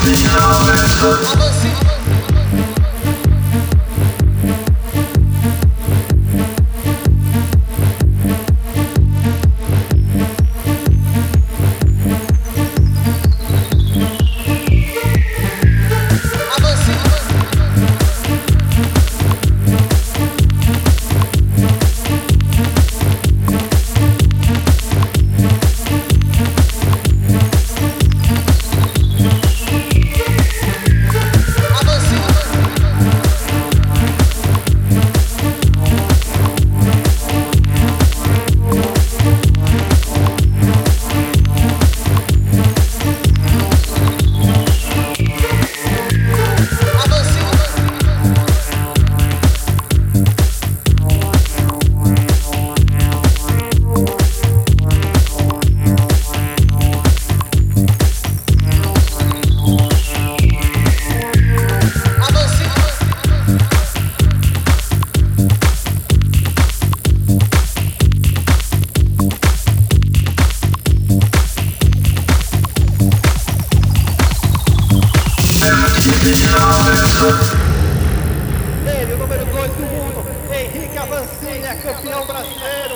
Ele, o número 2 do mundo, Henrique Avancini, é campeão brasileiro.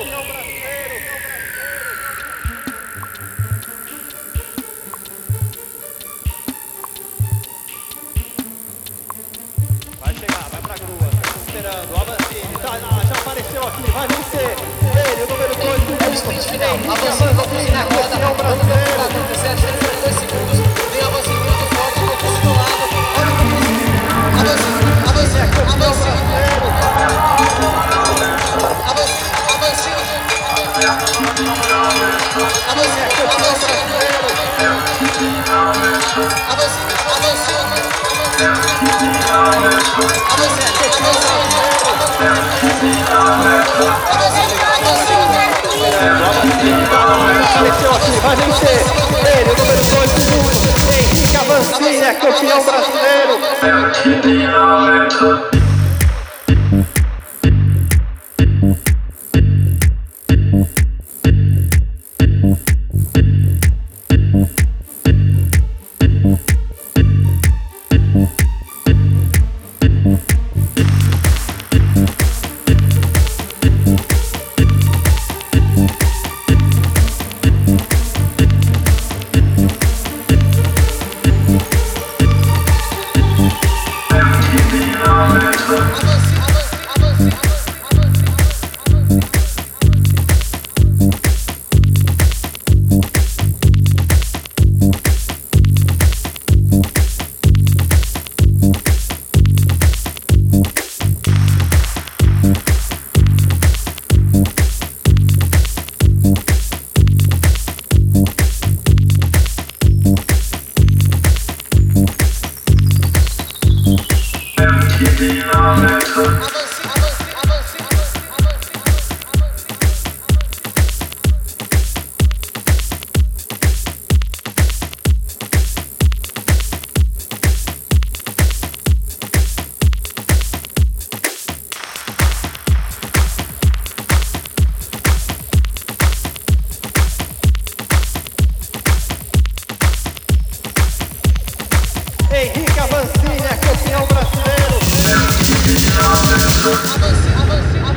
Vai chegar, vai pra grua, tá esperando, o Avancini, já apareceu aqui, vai vencer. Ele, o número 2 do mundo, é o sprint final. Avancini, vamos na roda, campeão brasileiro. 47, 32 segundos. Vem Avancini muito forte, concurso do lado. Olha o concurso. Avancini, É campeão brasileiro. Apareceu aqui, vai vencer. Ele, o número 2 do mundo, Henrique Avancini, é campeão brasileiro. Henrique Avancini, é campeão brasileiro.